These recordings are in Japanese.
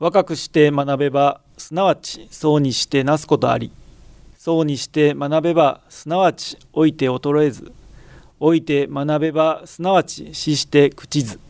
若くして学べば、すなわちそうにしてなすことあり。そうにして学べば、すなわち老いて衰えず。老いて学べば、すなわち死して朽ちず。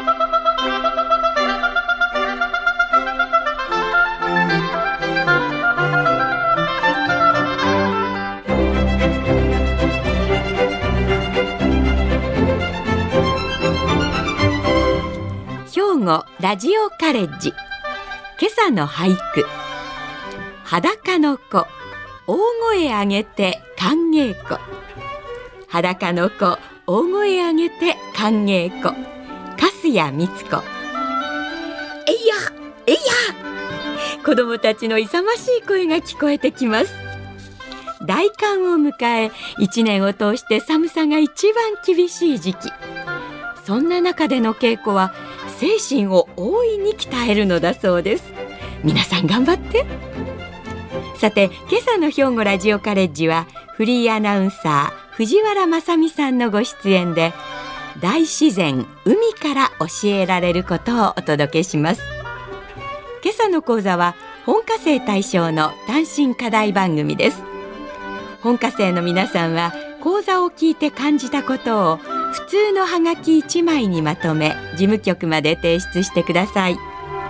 兵庫ラジオカレッジ、今朝の俳句。裸の子、大声上げて歓迎子。裸の子、大声上げて歓迎子。粕谷光子。えいやえいや、子どもたちの勇ましい声が聞こえてきます。大寒を迎え、一年を通して寒さが一番厳しい時期。そんな中での稽古は精神を大いに鍛えるのだそうです。皆さん頑張って。さて、今朝の兵庫ラジオカレッジはフリーアナウンサー藤原正美さんのご出演で、大自然海から教えられることをお届けします。今朝の講座は本科生対象の単身課題番組です。本科生の皆さんは講座を聞いて感じたことを普通のハガキ1枚にまとめ、事務局まで提出してください。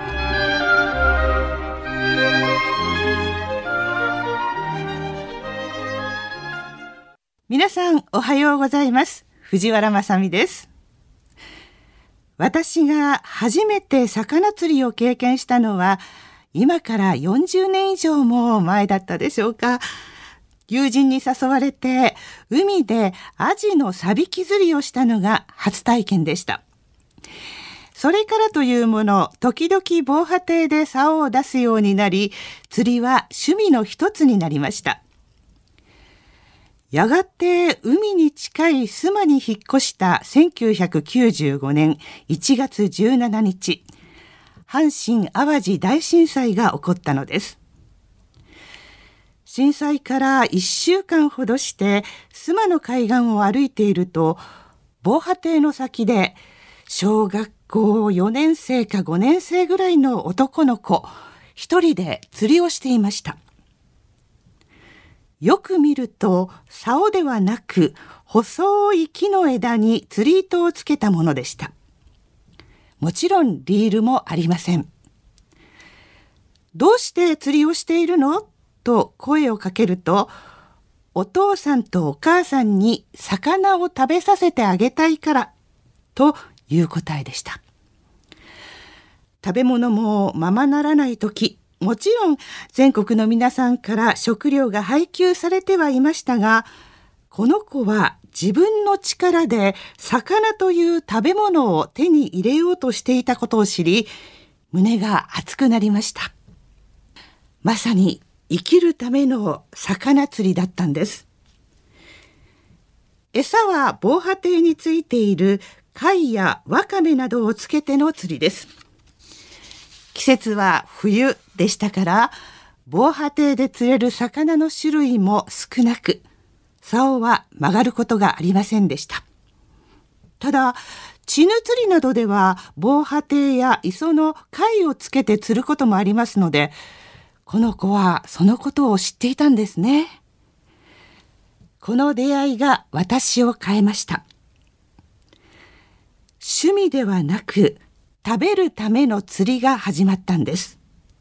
皆さんおはようございます。藤原正美です。私が初めて魚釣りを経験したのは今から40年以上も前だったでしょうか。友人に誘われて海でアジのサビキ釣りをしたのが初体験でした。それからというもの、時々防波堤で竿を出すようになり、釣りは趣味の一つになりました。やがて海に近い須磨に引っ越した1995年1月17日、阪神・淡路大震災が起こったのです。震災から1週間ほどして須磨の海岸を歩いていると、防波堤の先で小学校4年生か5年生ぐらいの男の子一人で釣りをしていました。よく見ると竿ではなく細い木の枝に釣り糸をつけたものでした。もちろんリールもありません。どうして釣りをしているの？と声をかけると、お父さんとお母さんに魚を食べさせてあげたいからという答えでした。食べ物もままならないとき、もちろん全国の皆さんから食料が配給されてはいましたが、この子は自分の力で魚という食べ物を手に入れようとしていたことを知り、胸が熱くなりました。まさに生きるための魚釣りだったんです。餌は防波堤についている貝やワカメなどをつけての釣りです。季節は冬でしたから、防波堤で釣れる魚の種類も少なく、竿は曲がることがありませんでした。ただ、チヌ釣りなどでは防波堤や磯の貝をつけて釣ることもありますので、この子はそのことを知っていたんですね。この出会いが私を変えました。趣味ではなく、食べるための釣りが始まったんです。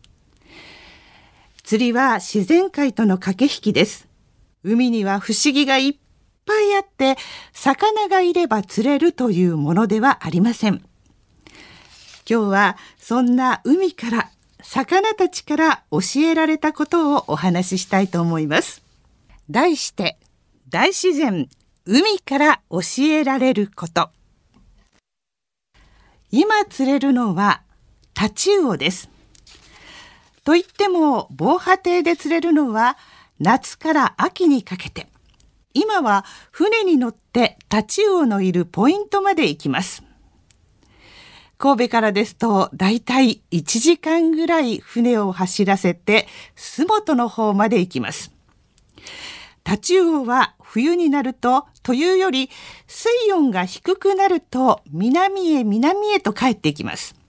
釣りは自然界との駆け引きです。海には不思議がいっぱいあって、魚がいれば釣れるというものではありません。今日はそんな海から、魚たちから教えられたことをお話ししたいと思います。題して、大自然、海から教えられること。今釣れるのはタチウオです。といっても防波堤で釣れるのは夏から秋にかけて。今は船に乗ってタチウオのいるポイントまで行きます。神戸からですとだいたい1時間ぐらい船を走らせて洲本の方まで行きます。タチウオは冬になるというより水温が低くなると南へと帰っていきます。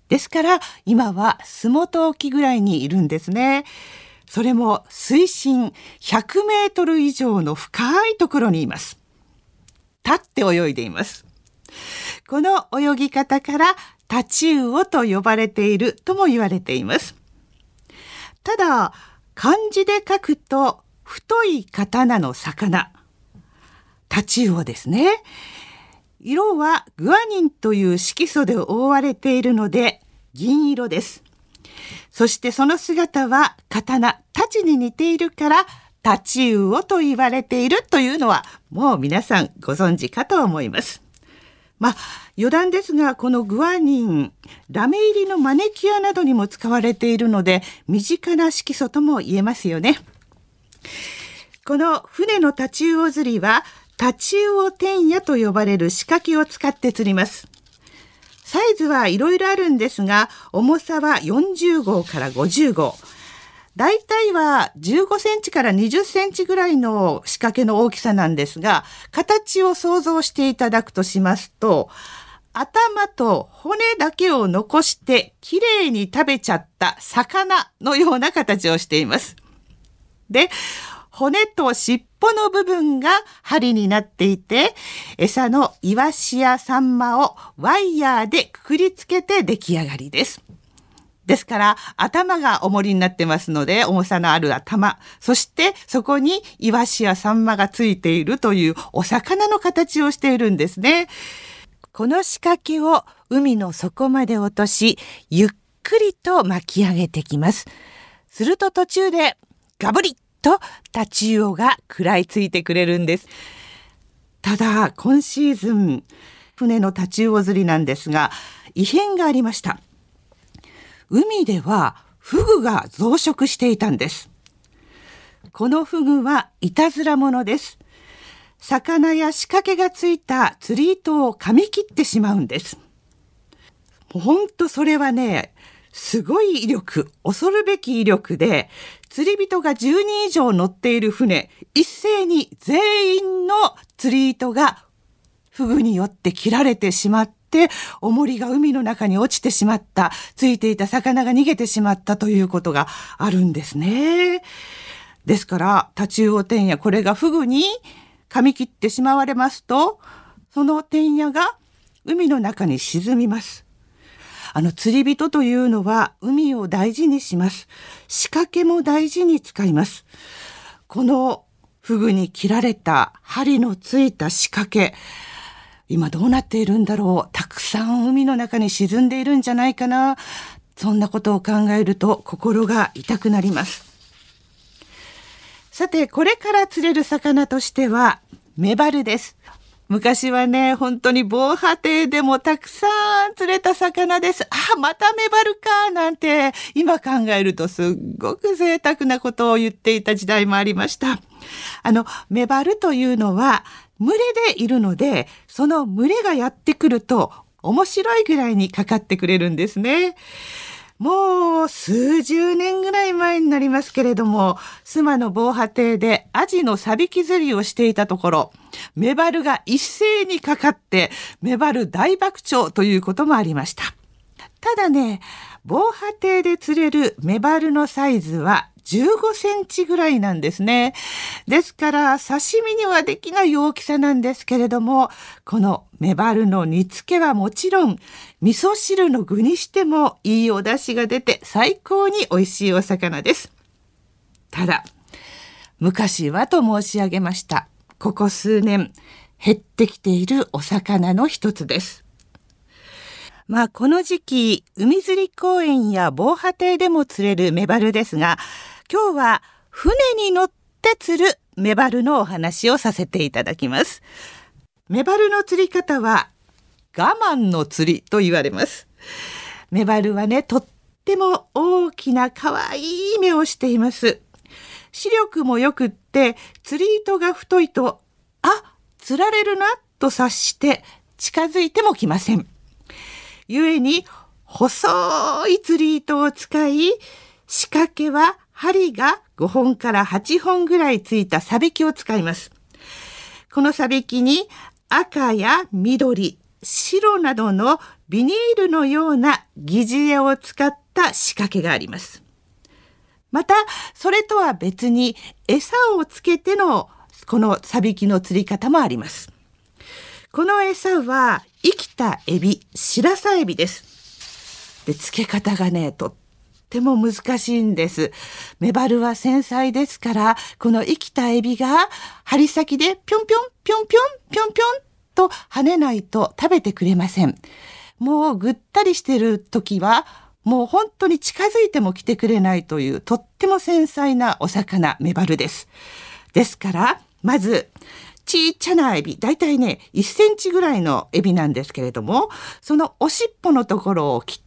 ですから今は洲本沖ぐらいにいるんですね。それも水深100メートル以上の深いところにいます。立って泳いでいます。この泳ぎ方からタチウオと呼ばれているとも言われています。ただ漢字で書くと太い刀の魚、タチウオですね。色はグアニンという色素で覆われているので銀色です。そしてその姿は刀、太刀に似ているからタチウオと言われているというのはもう皆さんご存知かと思います。余談ですが、このグアニン、ラメ入りのマネキュアなどにも使われているので身近な色素とも言えますよね。この船のタチウオ釣りはタチウオ天矢と呼ばれる仕掛けを使って釣ります。サイズはいろいろあるんですが、重さは40号から50号。だいたいは15センチから20センチぐらいの仕掛けの大きさなんですが、形を想像していただくとしますと、頭と骨だけを残してきれいに食べちゃった魚のような形をしています。で、骨と尻尾の部分が針になっていて、餌のイワシやサンマをワイヤーでくくりつけて出来上がりです。ですから頭が重りになってますので、重さのある頭、そしてそこにイワシやサンマがついているというお魚の形をしているんですね。この仕掛けを海の底まで落とし、ゆっくりと巻き上げてきます。すると途中でガブリッとタチウオが食らいついてくれるんです。ただ今シーズン、船のタチウオ釣りなんですが、異変がありました。海ではフグが増殖していたんです。このフグはいたずら者です。魚や仕掛けがついた釣り糸を噛み切ってしまうんです。ほんとそれはね、すごい威力、恐るべき威力で、釣り人が10人以上乗っている船、一斉に全員の釣り糸がフグによって切られてしまって、重りが海の中に落ちてしまった、ついていた魚が逃げてしまったということがあるんですね。ですからタチウオ天矢、これがフグに噛み切ってしまわれますと、その天矢が海の中に沈みます。釣り人というのは海を大事にします。仕掛けも大事に使います。このフグに切られた針のついた仕掛け、今どうなっているんだろう。たくさん海の中に沈んでいるんじゃないかな。そんなことを考えると心が痛くなります。さて、これから釣れる魚としてはメバルです。昔はね、本当に防波堤でもたくさん釣れた魚です。またメバルかなんて今考えるとすっごく贅沢なことを言っていた時代もありました。メバルというのは群れでいるので、その群れがやってくると面白いぐらいにかかってくれるんですね。もう数十年ぐらい前になりますけれども、須磨の防波堤でアジのサビキ釣りをしていたところ、メバルが一斉にかかってメバル大爆笑ということもありました。ただね、防波堤で釣れるメバルのサイズは15センチぐらいなんですね。ですから刺身にはできない大きさなんですけれども、このメバルの煮付けはもちろん味噌汁の具にしてもいいお出汁が出て最高に美味しいお魚です。ただ昔はと申し上げました。ここ数年減ってきているお魚の一つです。この時期海釣り公園や防波堤でも釣れるメバルですが、今日は船に乗って釣るメバルのお話をさせていただきます。メバルの釣り方は我慢の釣りと言われます。メバルはね、とっても大きな可愛い目をしています。視力も良くって、釣り糸が太いと、釣られるなと察して近づいてもきません。故に細い釣り糸を使い、仕掛けは針が5本から8本ぐらいついたサビキを使います。このサビキに赤や緑、白などのビニールのような疑似餌を使った仕掛けがあります。またそれとは別に餌をつけてのこのサビキの釣り方もあります。この餌は生きたエビ、シラサエビです。で、つけ方がね、とっても難しいんです。メバルは繊細ですから、この生きたエビが針先でぴょんぴょんぴょんぴょんぴょんぴょんと跳ねないと食べてくれません。もうぐったりしてる時はもう本当に近づいても来てくれないというとっても繊細なお魚、メバルです。ですからまずちっちゃなエビ、だいたいね1センチぐらいのエビなんですけれども、そのおしっぽのところを切って、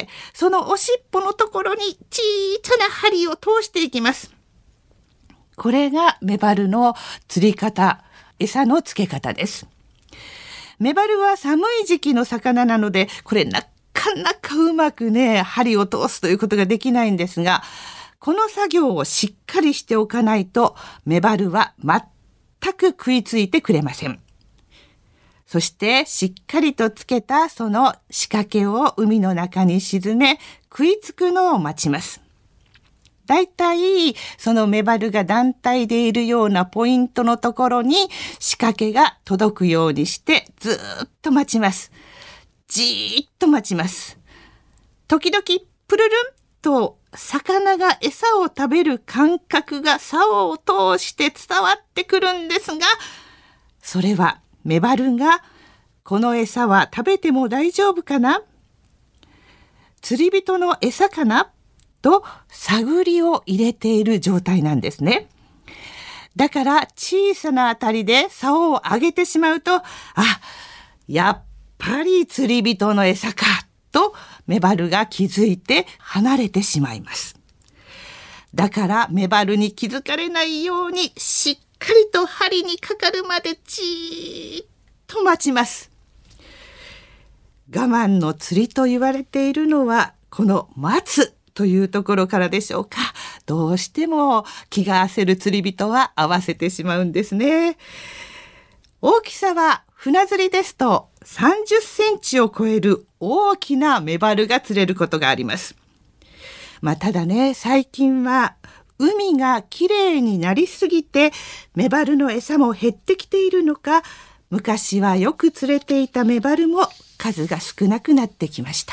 そのおしっぽのところにちっちゃな針を通していきます。これがメバルの釣り方、餌の付け方です。メバルは寒い時期の魚なので、これなかなかうまくね針を通すということができないんですが、この作業をしっかりしておかないとメバルは全く食いついてくれません。そしてしっかりとつけたその仕掛けを海の中に沈め、食いつくのを待ちます。だいたいそのメバルが団体でいるようなポイントのところに仕掛けが届くようにしてずっと待ちます。じーっと待ちます。時々プルルンと魚が餌を食べる感覚が竿を通して伝わってくるんですが、それはメバルがこの餌は食べても大丈夫かな、釣り人の餌かなと探りを入れている状態なんですね。だから小さなあたりで竿を上げてしまうと、やっぱり釣り人の餌かとメバルが気づいて離れてしまいます。だからメバルに気づかれないようにしっかりと針にかかるまでじーっと待ちます。我慢の釣りと言われているのはこの待つというところからでしょうか。どうしても気が焦る釣り人は合わせてしまうんですね。大きさは船釣りですと30センチを超える大きなメバルが釣れることがあります。ただね、最近は海がきれいになりすぎてメバルの餌も減ってきているのか、昔はよく釣れていたメバルも数が少なくなってきました。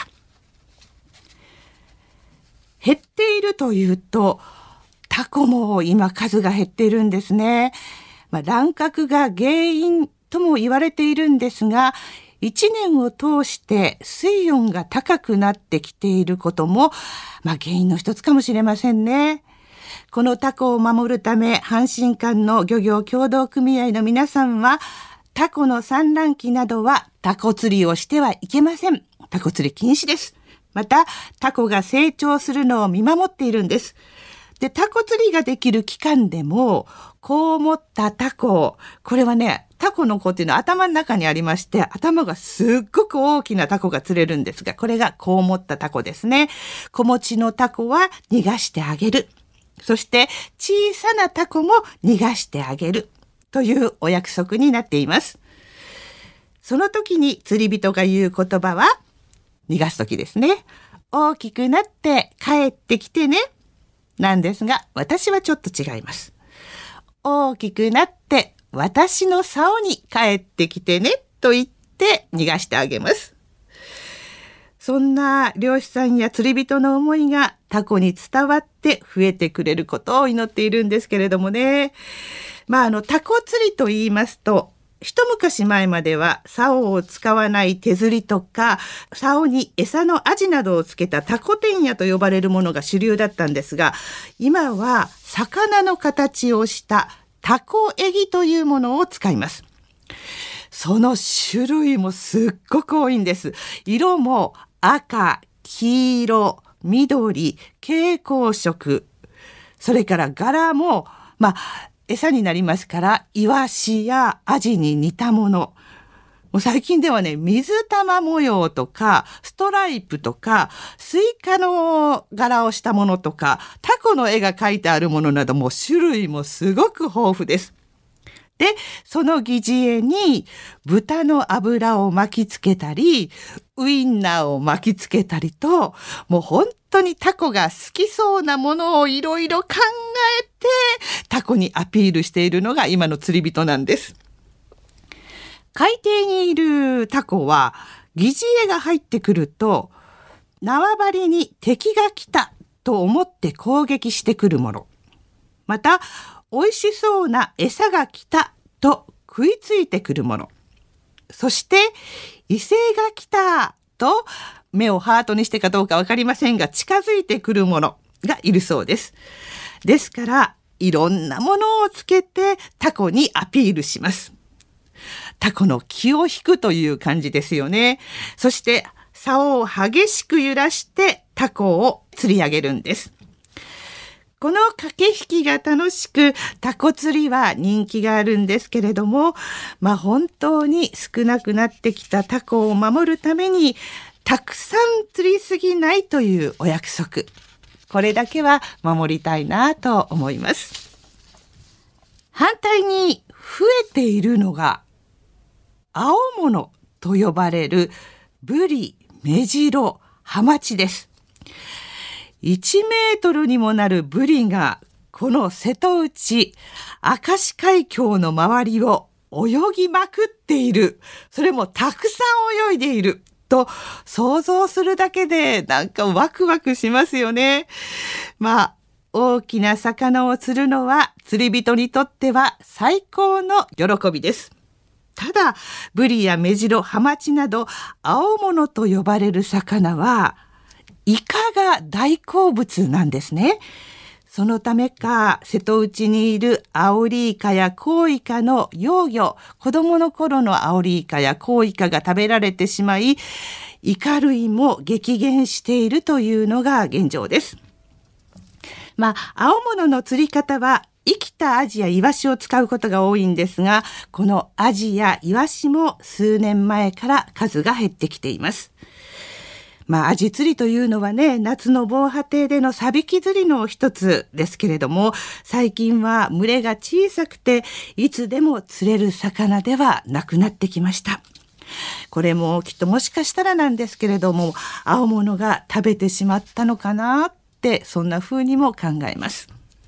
減っているというと、タコも今数が減っているんですね。乱獲が原因とも言われているんですが、1年を通して水温が高くなってきていることも、原因の一つかもしれませんね。このタコを守るため、阪神間の漁業協同組合の皆さんは、タコの産卵期などはタコ釣りをしてはいけません。タコ釣り禁止です。また、タコが成長するのを見守っているんです。で、タコ釣りができる期間でも、こう持ったタコ、これはね、タコの子っていうのは頭の中にありまして、頭がすっごく大きなタコが釣れるんですが、これがこう持ったタコですね。子持ちのタコは逃がしてあげる。そして小さなタコも逃がしてあげるというお約束になっています。その時に釣り人が言う言葉は、逃がす時ですね。大きくなって帰ってきてね。なんですが、私はちょっと違います。大きくなって私の竿に帰ってきてねと言って逃がしてあげます。そんな漁師さんや釣り人の思いがタコに伝わって増えてくれることを祈っているんですけれどもね。タコ釣りと言いますと、一昔前までは竿を使わない手釣りとか、竿に餌のアジなどをつけたタコテンヤと呼ばれるものが主流だったんですが、今は魚の形をしたタコエギというものを使います。その種類もすっごく多いんです。色も赤、黄色、緑、蛍光色、それから柄も餌になりますから、イワシやアジに似たもの。もう最近ではね、水玉模様とか、ストライプとか、スイカの柄をしたものとか、タコの絵が描いてあるものなども種類もすごく豊富です。 で、その疑似餌に豚の脂を巻きつけたり、ウインナーを巻きつけたりと、もう本当にタコが好きそうなものをいろいろ考えて、タコにアピールしているのが今の釣り人なんです。海底にいるタコは、疑似餌が入ってくると、縄張りに敵が来たと思って攻撃してくるもの。また、美味しそうな餌が来たと食いついてくるもの。そして、異性が来たと目をハートにしてかどうかわかりませんが、近づいてくるものがいるそうです。ですから、いろんなものをつけてタコにアピールします。タコの気を引くという感じですよね。そして、竿を激しく揺らしてタコを釣り上げるんです。この駆け引きが楽しく、タコ釣りは人気があるんですけれども、本当に少なくなってきたタコを守るために、たくさん釣りすぎないというお約束。これだけは守りたいなと思います。反対に増えているのが、青物と呼ばれるブリ、メジロ、ハマチです。1メートルにもなるブリがこの瀬戸内明石海峡の周りを泳ぎまくっている。それもたくさん泳いでいると想像するだけでなんかワクワクしますよね。大きな魚を釣るのは釣り人にとっては最高の喜びです。ただ、ブリやメジロ、ハマチなど青物と呼ばれる魚はイカが大好物なんですね。そのためか、瀬戸内にいるアオリイカやコウイカの幼魚、子供の頃のアオリイカやコウイカが食べられてしまい、イカ類も激減しているというのが現状です。青物の釣り方は生きたアジやイワシを使うことが多いんですが、このアジやイワシも数年前から数が減ってきています。アジ釣りというのはね、夏の防波堤でのサビキ釣りの一つですけれども、最近は群れが小さくて、いつでも釣れる魚ではなくなってきました。これもきっともしかしたらなんですけれども、青物が食べてしまったのかなって、そんな風にも考えます。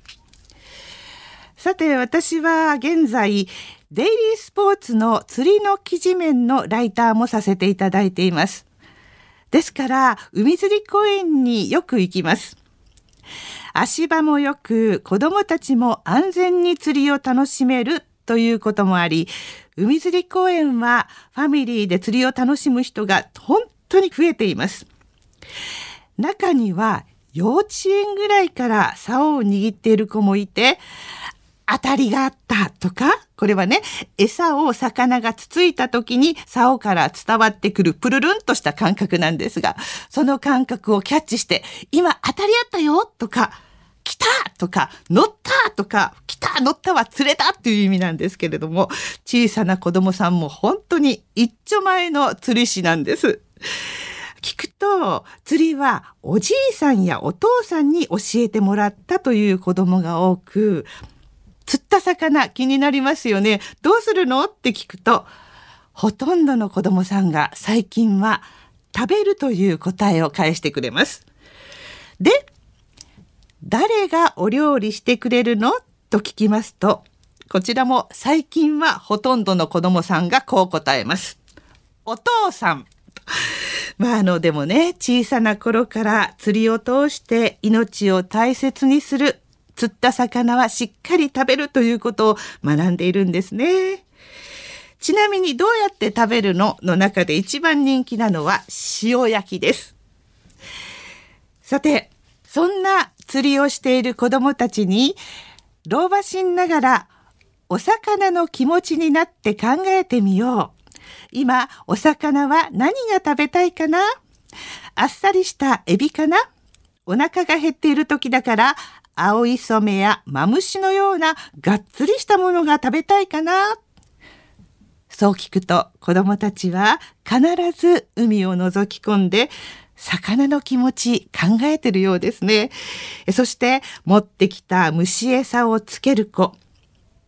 さて、私は現在、デイリースポーツの釣りの記事面のライターもさせていただいています。ですから、海釣り公園によく行きます。足場もよく、子どもたちも安全に釣りを楽しめるということもあり、海釣り公園はファミリーで釣りを楽しむ人が本当に増えています。中には幼稚園ぐらいから竿を握っている子もいて、当たりがあったとか、これはね、餌を魚がつついた時に竿から伝わってくるプルルンとした感覚なんですが、その感覚をキャッチして、今当たりあったよとか、来たとか、乗ったとか、来た乗ったは釣れたっていう意味なんですけれども、小さな子供さんも本当に一丁前の釣り師なんです。聞くと、釣りはおじいさんやお父さんに教えてもらったという子供が多く、釣った魚気になりますよね。どうするのって聞くと、ほとんどの子供さんが最近は食べるという答えを返してくれます。で、誰がお料理してくれるのと聞きますと、こちらも最近はほとんどの子供さんがこう答えます。お父さん。でもね、小さな頃から釣りを通して命を大切にする、釣った魚はしっかり食べるということを学んでいるんですね。ちなみにどうやって食べるのの中で一番人気なのは塩焼きです。さて、そんな釣りをしている子どもたちに、老婆心ながらお魚の気持ちになって考えてみよう。今、お魚は何が食べたいかな？あっさりしたエビかな？お腹が減っている時だから、青磯目やマムシのようながっつりしたものが食べたいかな。そう聞くと子どもたちは必ず海を覗き込んで魚の気持ち考えてるようですね。そして持ってきた虫餌をつける子、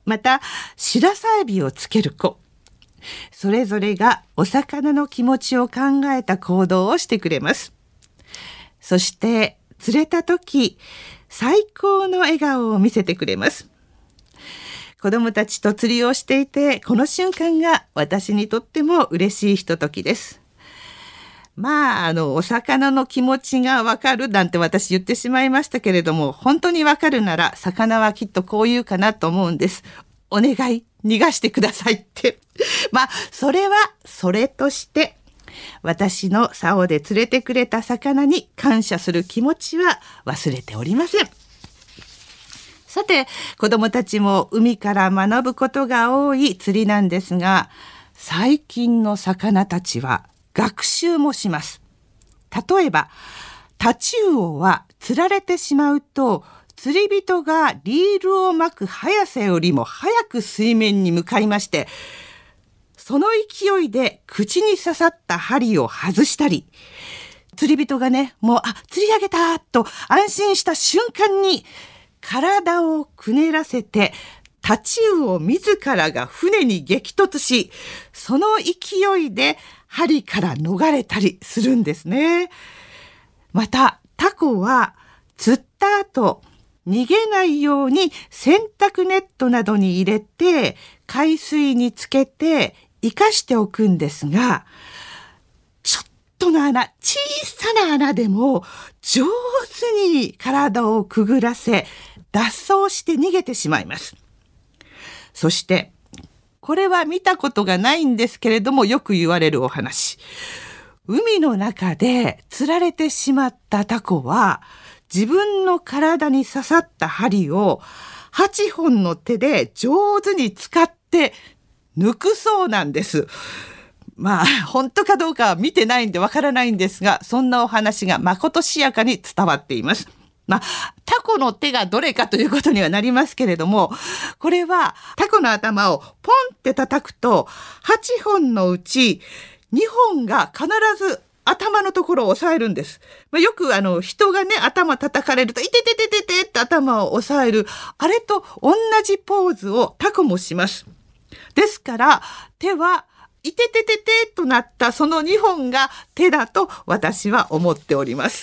また白さエビをつける子、それぞれがお魚の気持ちを考えた行動をしてくれます。そして釣れた時、最高の笑顔を見せてくれます。子どもたちと釣りをしていて、この瞬間が私にとっても嬉しいひとときです。お魚の気持ちがわかるなんて私言ってしまいましたけれども、本当にわかるなら魚はきっとこう言うかなと思うんです。お願い、逃がしてくださいってそれはそれとして、私の竿で釣れてくれた魚に感謝する気持ちは忘れておりません。さて、子どもたちも海から学ぶことが多い釣りなんですが、最近の魚たちは学習もします。例えば、タチウオは釣られてしまうと、釣り人がリールを巻く速さよりも早く水面に向かいまして、その勢いで口に刺さった針を外したり、釣り人がね、釣り上げたと安心した瞬間に体をくねらせて、タチウオ自らが船に激突し、その勢いで針から逃れたりするんですね。また、タコは釣った後、逃げないように洗濯ネットなどに入れて、海水につけて生かしておくんですが、ちょっとの穴、小さな穴でも上手に体をくぐらせ、脱走して逃げてしまいます。そして、これは見たことがないんですけれども、よく言われるお話。海の中で釣られてしまったタコは、自分の体に刺さった針を8本の手で上手に使って抜くそうなんです。本当かどうかは見てないんでわからないんですが、そんなお話がまことしやかに伝わっています。タコの手がどれかということにはなりますけれども、これはタコの頭をポンって叩くと、8本のうち2本が必ず頭のところを押さえるんです。よく人がね、頭叩かれると、いてててててって頭を押さえる。あれと同じポーズをタコもします。ですから、手はいててててとなったその2本が手だと私は思っております。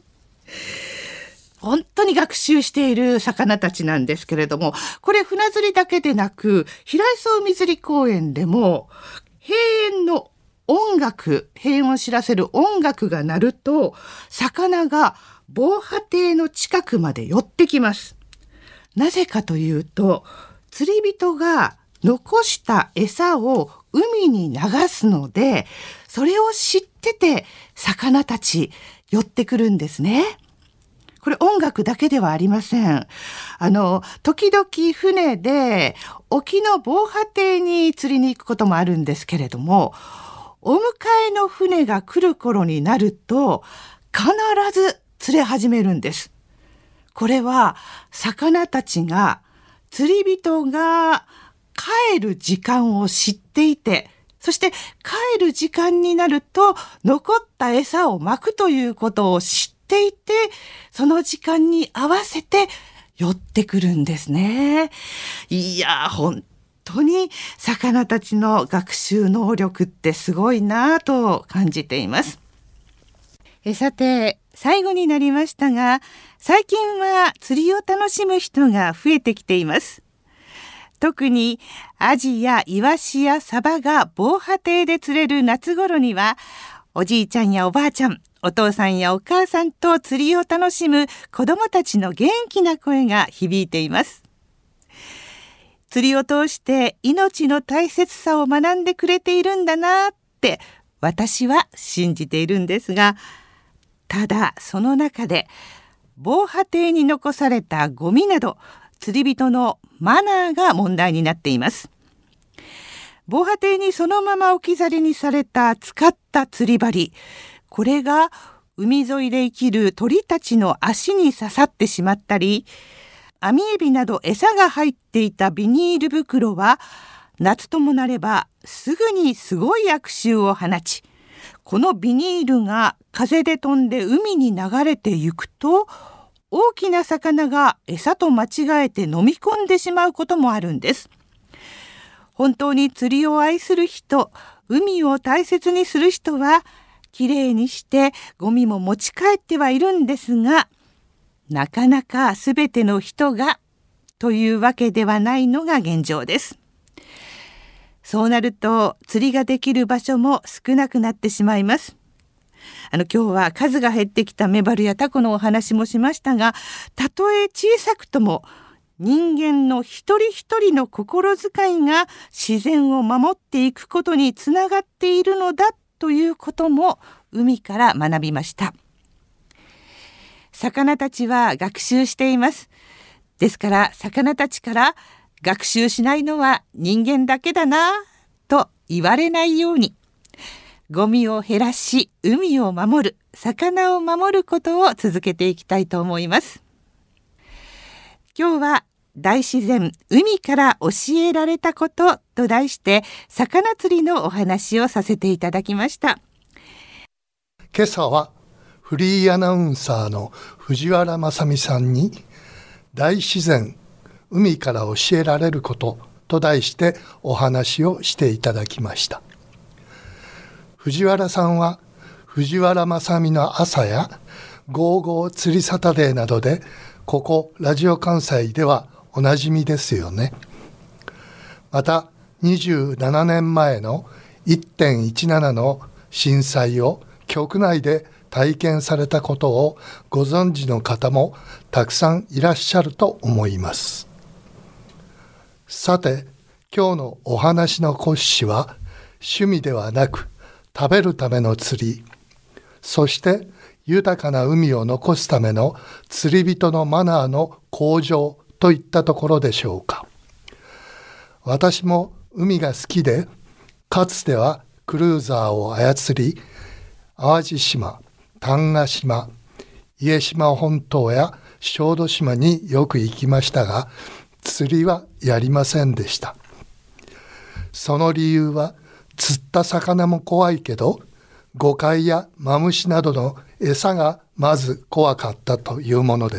本当に学習している魚たちなんですけれども、これ船釣りだけでなく、平磯海釣り公園でも閉園の音楽、閉園を知らせる音楽が鳴ると、魚が防波堤の近くまで寄ってきます。なぜかというと、釣り人が残した餌を海に流すので、それを知ってて魚たち寄ってくるんですね。これ音楽だけではありません。時々船で沖の防波堤に釣りに行くこともあるんですけれども、お迎えの船が来る頃になると必ず釣れ始めるんです。これは魚たちが釣り人が帰る時間を知っていて、そして帰る時間になると残った餌をまくということを知っていて、その時間に合わせて寄ってくるんですね。いや、本当に魚たちの学習能力ってすごいなと感じています。さて、最後になりましたが、最近は釣りを楽しむ人が増えてきています。特にアジやイワシやサバが防波堤で釣れる夏頃には、おじいちゃんやおばあちゃん、お父さんやお母さんと釣りを楽しむ子どもたちの元気な声が響いています。釣りを通して命の大切さを学んでくれているんだなって私は信じているんですが、ただその中で防波堤に残されたゴミなど釣り人のマナーが問題になっています。防波堤にそのまま置き去りにされた使った釣り針、これが海沿いで生きる鳥たちの足に刺さってしまったり、網エビなど餌が入っていたビニール袋は夏ともなればすぐにすごい悪臭を放ち、このビニールが風で飛んで海に流れてゆくと大きな魚が餌と間違えて飲み込んでしまうこともあるんです。本当に釣りを愛する人、海を大切にする人はきれいにしてゴミも持ち帰ってはいるんですが、なかなかすべての人がというわけではないのが現状です。そうなると釣りができる場所も少なくなってしまいます。今日は数が減ってきたメバルやタコのお話もしましたが、たとえ小さくとも人間の一人一人の心遣いが自然を守っていくことにつながっているのだということも海から学びました。魚たちは学習しています。ですから魚たちから学習しないのは人間だけだなと言われないように、ゴミを減らし海を守る、魚を守ることを続けていきたいと思います。今日は大自然海から教えられたことと題して魚釣りのお話をさせていただきました。 今朝はフリーアナウンサーの藤原正美さんに大自然海から教えられることと題してお話をしていただきました。藤原さんは藤原正美の朝やゴーゴー釣りサタデーなどでここラジオ関西ではおなじみですよね。また27年前の 1.17 の震災を局内で体験されたことをご存知の方もたくさんいらっしゃると思います。さて、今日のお話の骨子は趣味ではなく食べるための釣り、そして豊かな海を残すための釣り人のマナーの向上といったところでしょうか。私も海が好きで、かつてはクルーザーを操り、淡路島、種子島、家島本島や小豆島によく行きましたが、釣りはやりませんでした。その理由は、釣った魚も怖いけど、ゴカイやマムシなどの餌がまず怖かったというものです。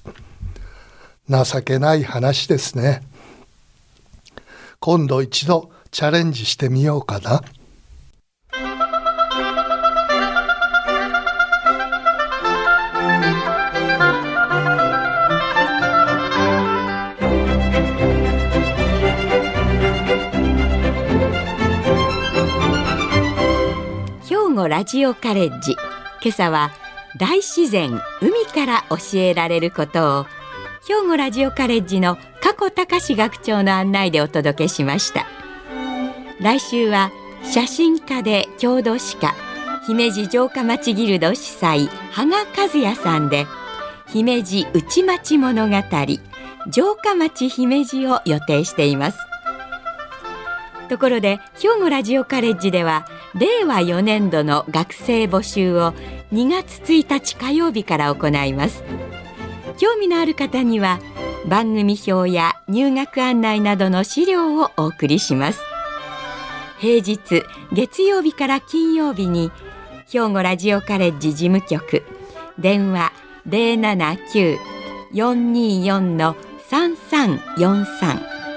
情けない話ですね。今度一度チャレンジしてみようかな。 ラジオカレッジ、今朝は大自然海から教えられることを兵庫ラジオカレッジの加古隆学長の案内でお届けしました。来週は写真家で郷土史家姫路城下町ギルド主催羽賀和也さんで姫路内町物語城下町姫路を予定しています。ところで兵庫ラジオカレッジでは令和4年度の学生募集を2月1日火曜日から行います。興味のある方には番組表や入学案内などの資料をお送りします。平日月曜日から金曜日に兵庫ラジオカレッジ事務局電話 079-424-3343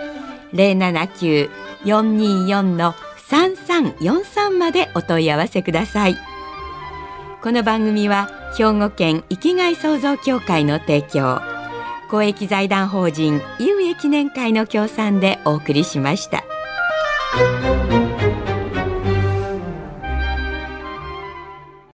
079-424-3343までお問い合わせください。この番組は兵庫県生きがい創造協会の提供、公益財団法人有益記念会の協賛でお送りしました。